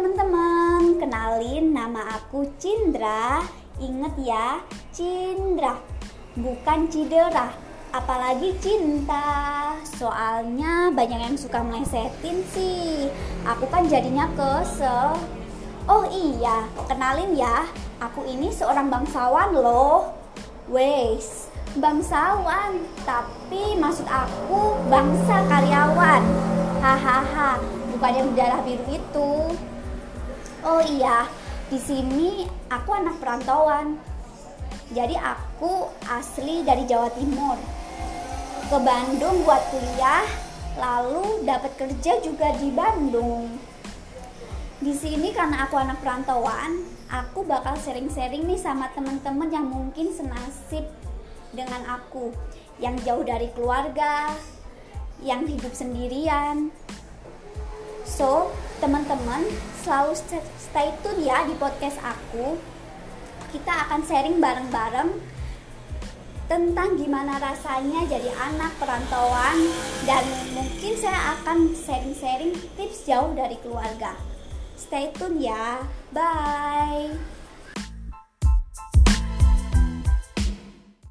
teman-teman, kenalin nama aku Cindra. Ingat ya, Cindra, bukan Cidera, apalagi cinta. Soalnya banyak yang suka melesetin sih. Aku kan jadinya kesel. Oh iya, kenalin ya, aku ini seorang bangsawan loh. Wes, bangsawan, tapi maksud aku bangsa karyawan. Hahaha, bukan yang berdarah biru itu. Oh iya, di sini aku anak perantauan. Jadi aku asli dari Jawa Timur. Ke Bandung buat kuliah, lalu dapat kerja juga di Bandung. Di sini karena aku anak perantauan, aku bakal sharing-sharing nih sama teman-teman yang mungkin senasib dengan aku, yang jauh dari keluarga, yang hidup sendirian. So, teman-teman selalu stay tune ya di podcast aku. Kita akan sharing bareng-bareng tentang gimana rasanya jadi anak perantauan, dan mungkin saya akan sharing-sharing tips jauh dari keluarga. Stay tune ya. Bye.